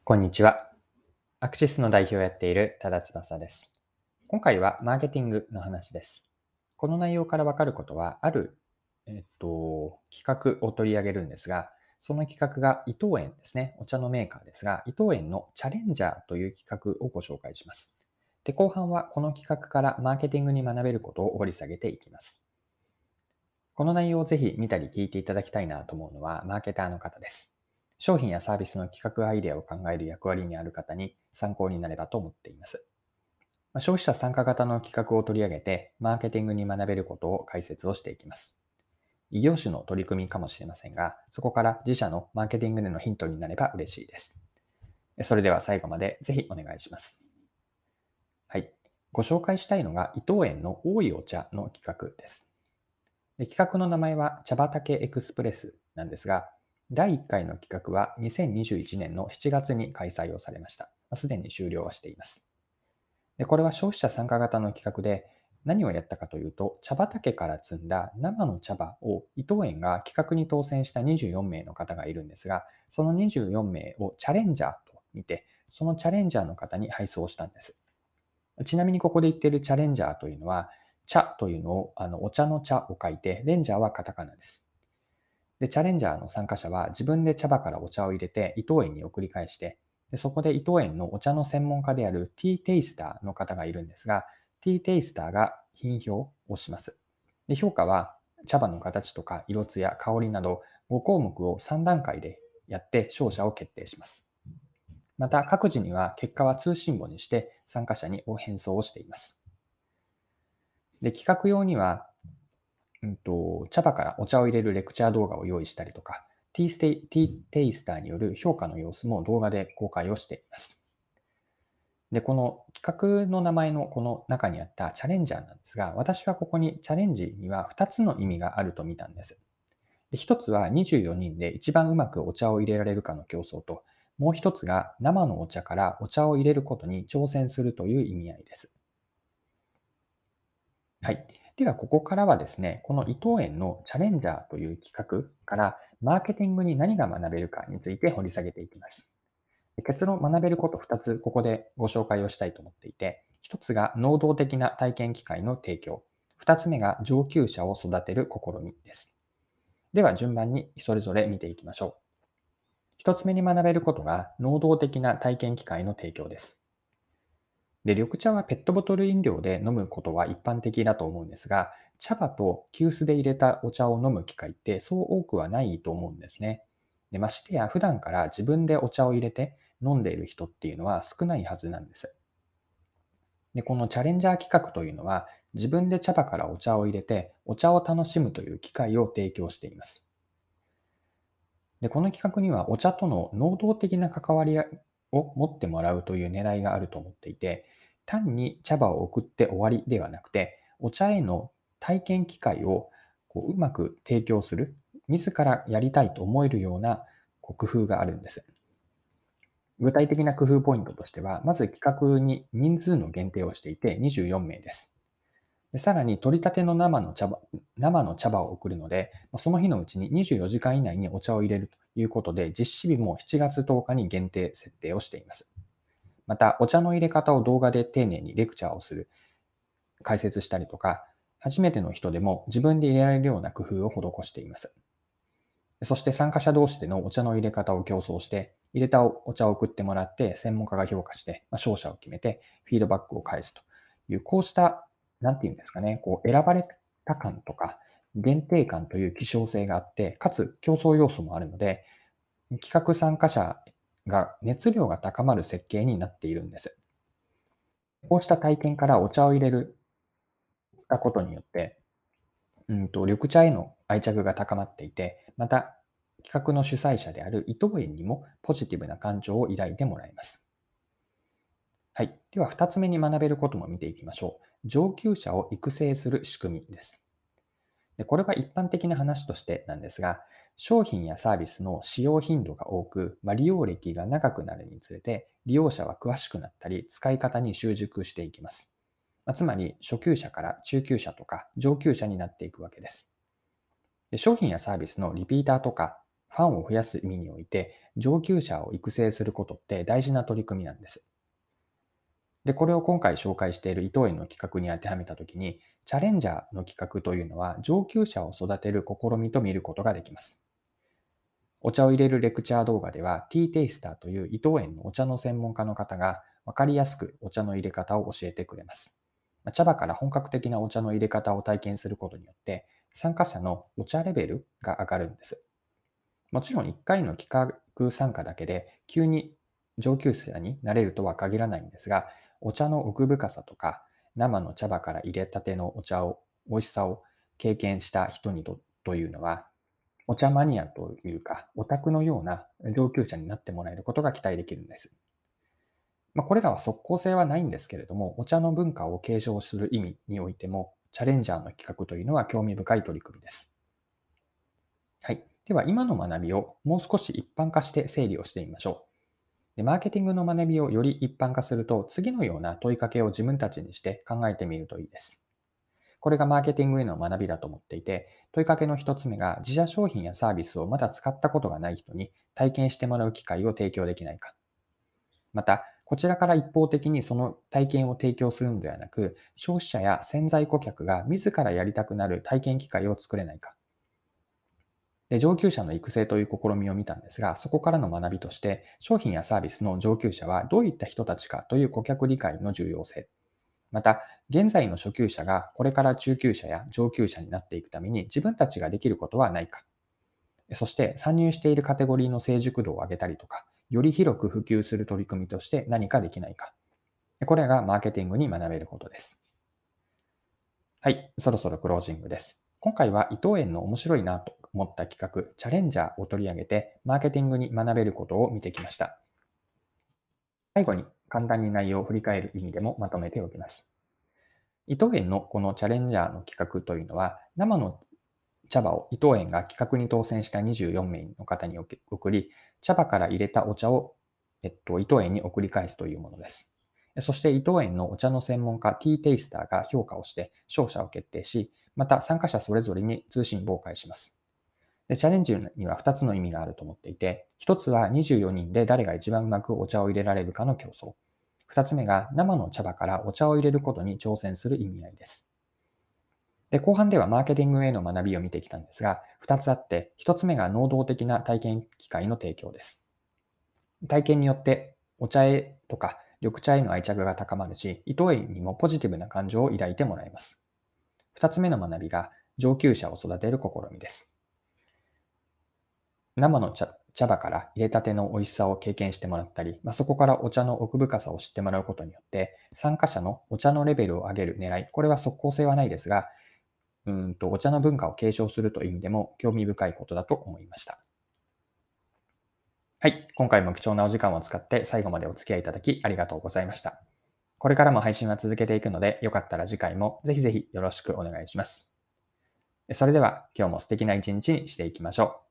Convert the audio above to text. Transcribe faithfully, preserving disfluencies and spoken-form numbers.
こんにちは。アクシスの代表をやっている多田翼です。今回はマーケティングの話です。この内容からわかることは、ある、えっと、企画を取り上げるんですが、その企画が伊藤園ですね。お茶のメーカーですが、伊藤園のチャレンジャーという企画をご紹介します。で、後半はこの企画からマーケティングに学べることを掘り下げていきます。この内容をぜひ見たり聞いていただきたいなと思うのは、マーケターの方です。商品やサービスの企画アイデアを考える役割にある方に参考になればと思っています。消費者参加型の企画を取り上げて、マーケティングに学べることを解説をしていきます。異業種の取り組みかもしれませんが、そこから自社のマーケティングでのヒントになれば嬉しいです。それでは最後までぜひお願いします。はい。ご紹介したいのが伊藤園の多いお茶の企画です。で企画の名前は茶畑エクスプレスなんですが、だいいっかいの企画はにせんにじゅういちねんのしちがつに開催をされました。すでに終了はしています。でこれは消費者参加型の企画で、何をやったかというと、茶畑から摘んだ生の茶葉を伊藤園が企画に当選したにじゅうよんめいの方がいるんですが、そのにじゅうよんめいをチャレンジャーと見て、そのチャレンジャーの方に配送したんです。ちなみにここで言っているチャレンジャーというのは、茶というのを、あのお茶の茶を書いて、レンジャーはカタカナです。で、チャレンジャーの参加者は自分で茶葉からお茶を入れて伊藤園に送り返して、でそこで伊藤園のお茶の専門家であるティーテイスターの方がいるんですが、ティーテイスターが品評をします。で評価は茶葉の形とか色艶、香りなどごこうもくをさんだんかいでやって勝者を決定します。また各自には結果は通信簿にして参加者に返送をしています。で企画用にはうんと、茶葉からお茶を入れるレクチャー動画を用意したりとか、ティーステイティーテイスターによる評価の様子も動画で公開をしています。で、この企画の名前のこの中にあったチャレンジャーなんですが、私はここにチャレンジにはふたつの意味があると見たんです。でひとつはにじゅうよにんで一番うまくお茶を入れられるかの競争と、もうひとつが生のお茶からお茶を入れることに挑戦するという意味合いです。はい。では、ここからはですね、この伊藤園のチャレンジャーという企画からマーケティングに何が学べるかについて掘り下げていきます。結論学べることふたつ、ここでご紹介をしたいと思っていて、ひとつが能動的な体験機会の提供、ふたつめが上級者を育てる試みです。では、順番にそれぞれ見ていきましょう。ひとつめに学べることが能動的な体験機会の提供です。で、緑茶はペットボトル飲料で飲むことは一般的だと思うんですが、茶葉と急須で入れたお茶を飲む機会ってそう多くはないと思うんですね。でましてや普段から自分でお茶を入れて飲んでいる人っていうのは少ないはずなんです。で、このチャレンジャー企画というのは自分で茶葉からお茶を入れてお茶を楽しむという機会を提供しています。で、この企画にはお茶との能動的な関わりを持ってもらうという狙いがあると思っていて、単に茶葉を送って終わりではなくて、お茶への体験機会をこううまく提供する、自らやりたいと思えるようなこう工夫があるんです。具体的な工夫ポイントとしては、まず企画に人数の限定をしていてにじゅうよんめいです。でさらに取り立ての生の茶葉生の茶葉を送るので、その日のうちににじゅうよじかん以内にお茶を入れるということで、実施日もしちがつとおかに限定設定をしています。また、お茶の入れ方を動画で丁寧にレクチャーをする、解説したりとか、初めての人でも自分で入れられるような工夫を施しています。そして参加者同士でのお茶の入れ方を競争して、入れたお茶を送ってもらって専門家が評価して、まあ、勝者を決めてフィードバックを返すという、こうした、なんていうんですかね、こう選ばれた感とか限定感という希少性があって、かつ競争要素もあるので、企画参加者が熱量が高まる設計になっているんです。こうした体験からお茶を入れるたことによって、うんと、緑茶への愛着が高まっていて、また、企画の主催者である伊藤園にもポジティブな感情を抱いてもらいます。はい。では、二つ目に学べることも見ていきましょう。上級者を育成する仕組みです。でこれは一般的な話としてなんですが、商品やサービスの使用頻度が多く、まあ、利用歴が長くなるにつれて、利用者は詳しくなったり、使い方に習熟していきます。まあ、つまり、初級者から中級者とか上級者になっていくわけです。で商品やサービスのリピーターとかファンを増やす意味において、上級者を育成することって大事な取り組みなんです。で、これを今回紹介している伊藤園の企画に当てはめたときに、チャレンジャーの企画というのは上級者を育てる試みと見ることができます。お茶を入れるレクチャー動画では、ティーテイスターという伊藤園のお茶の専門家の方が分かりやすくお茶の入れ方を教えてくれます。茶葉から本格的なお茶の入れ方を体験することによって、参加者のお茶レベルが上がるんです。もちろんいっかいの企画参加だけで急に上級者になれるとは限らないんですが、お茶の奥深さとか、生の茶葉から入れたてのお茶を、美味しさを経験した人にとというのは、お茶マニアというか、オタクのような上級者になってもらえることが期待できるんです。まあ、これらは即効性はないんですけれども、お茶の文化を継承する意味においても、チャレンジャーの企画というのは興味深い取り組みです。はい。では、今の学びをもう少し一般化して整理をしてみましょう。で、マーケティングの学びをより一般化すると、次のような問いかけを自分たちにして考えてみるといいです。これがマーケティングへの学びだと思っていて、問いかけの一つ目が、自社商品やサービスをまだ使ったことがない人に体験してもらう機会を提供できないか。また、こちらから一方的にその体験を提供するのではなく、消費者や潜在顧客が自らやりたくなる体験機会を作れないか。で、上級者の育成という試みを見たんですが、そこからの学びとして、商品やサービスの上級者はどういった人たちかという顧客理解の重要性。また、現在の初級者がこれから中級者や上級者になっていくために自分たちができることはないか。そして参入しているカテゴリーの成熟度を上げたりとか、より広く普及する取り組みとして何かできないか。これがマーケティングに学べることです。はい、そろそろクロージングです。今回は伊藤園の面白いなと思った企画、チャレンジャーを取り上げて、マーケティングに学べることを見てきました。最後に簡単に内容を振り返る意味でもまとめておきます。伊藤園のこのチャレンジャーの企画というのは、生の茶葉を伊藤園が企画に当選したにじゅうよんめいの方に送り、茶葉から入れたお茶を、えっと、伊藤園に送り返すというものです。そして伊藤園のお茶の専門家 ティーテイスターが評価をして勝者を決定し、また参加者それぞれに通信簿を返します。で、チャレンジにはふたつの意味があると思っていて、ひとつはにじゅうよにんで誰が一番うまくお茶を入れられるかの競争。ふたつめが生の茶葉からお茶を入れることに挑戦する意味合いです。で、後半ではマーケティングへの学びを見てきたんですが、ふたつあって、ひとつめが能動的な体験機会の提供です。体験によってお茶へとか緑茶への愛着が高まるし、伊藤園にもポジティブな感情を抱いてもらえます。ふたつめの学びが上級者を育てる試みです。生の 茶, 茶葉から入れたての美味しさを経験してもらったり、まあ、そこからお茶の奥深さを知ってもらうことによって、参加者のお茶のレベルを上げる狙い、これは即効性はないですが、うんとお茶の文化を継承するという意味でも興味深いことだと思いました。はい、今回も貴重なお時間を使って最後までお付き合いいただきありがとうございました。これからも配信は続けていくので、よかったら次回もぜひぜひよろしくお願いします。それでは今日も素敵な一日にしていきましょう。